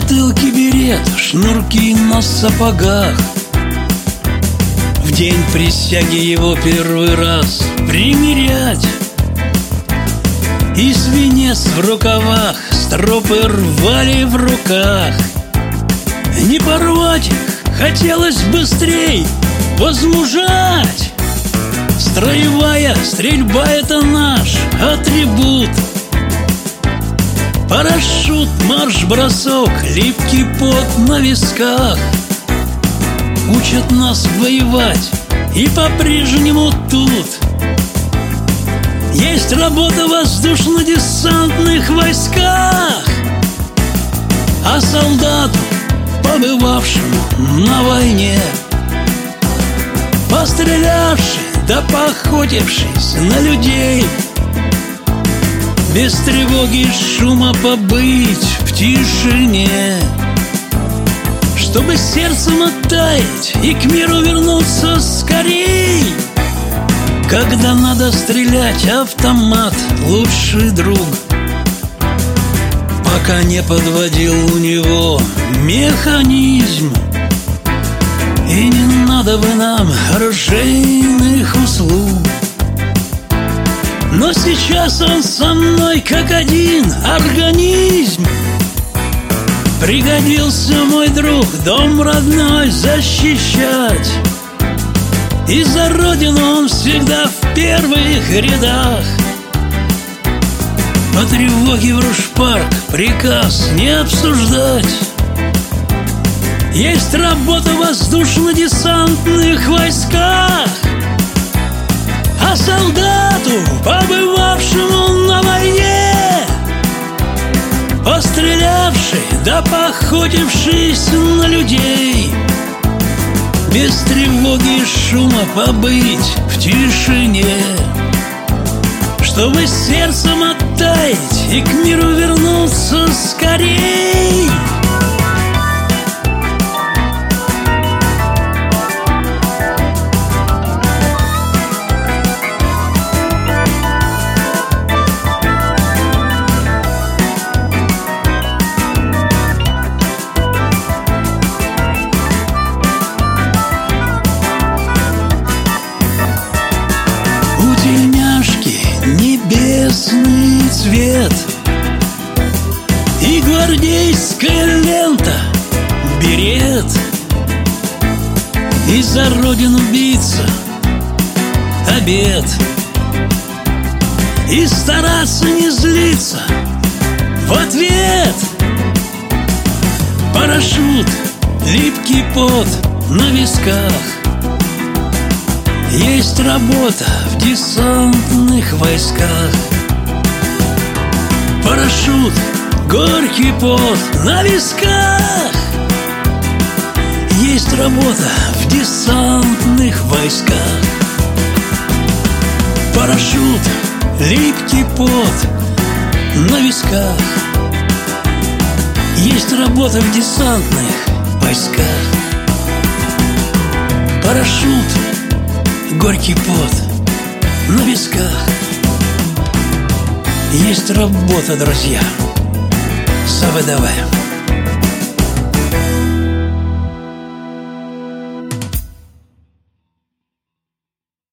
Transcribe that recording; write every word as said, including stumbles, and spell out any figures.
затылке берет, шнурки на сапогах. В день присяги его первый раз примерять. И свинец в рукавах, стропы рвали в руках. Не порвать их хотелось быстрей возмужать. Строевая стрельба — это наш атрибут. Парашют, марш-бросок, липкий пот на висках. Учат нас воевать и по-прежнему тут. Есть работа в воздушно-десантных войсках. А солдату, побывавшему на войне, пострелявший да поохотившись на людей, без тревоги и шума побыть в тишине, чтобы сердцем оттаять и к миру вернуться скорей. Когда надо стрелять, автомат — лучший друг. Пока не подводил у него механизм. И не надо бы нам оружейных услуг. Но сейчас он со мной как один организм. Пригодился мой друг дом родной защищать. И за родину он всегда в первых рядах. По тревоге в рушпарк приказ не обсуждать. Есть работа в воздушно-десантных войсках. А солдату, побывавшему на войне, пострелявший да поохотившись на людей, без тревоги и шума побыть в тишине, чтобы сердцем оттаять и к миру вернуться скорей. Небесный цвет и гвардейская лента, берет. И за родину биться обет. И стараться не злиться в ответ. Парашют, липкий пот на висках. Есть работа в десантных войсках. Парашют, горький пот на висках. Есть работа в десантных войсках. Парашют, липкий пот на висках. Есть работа в десантных войсках. Парашют, горький пот на висках. Есть работа, друзья, с АВДВ.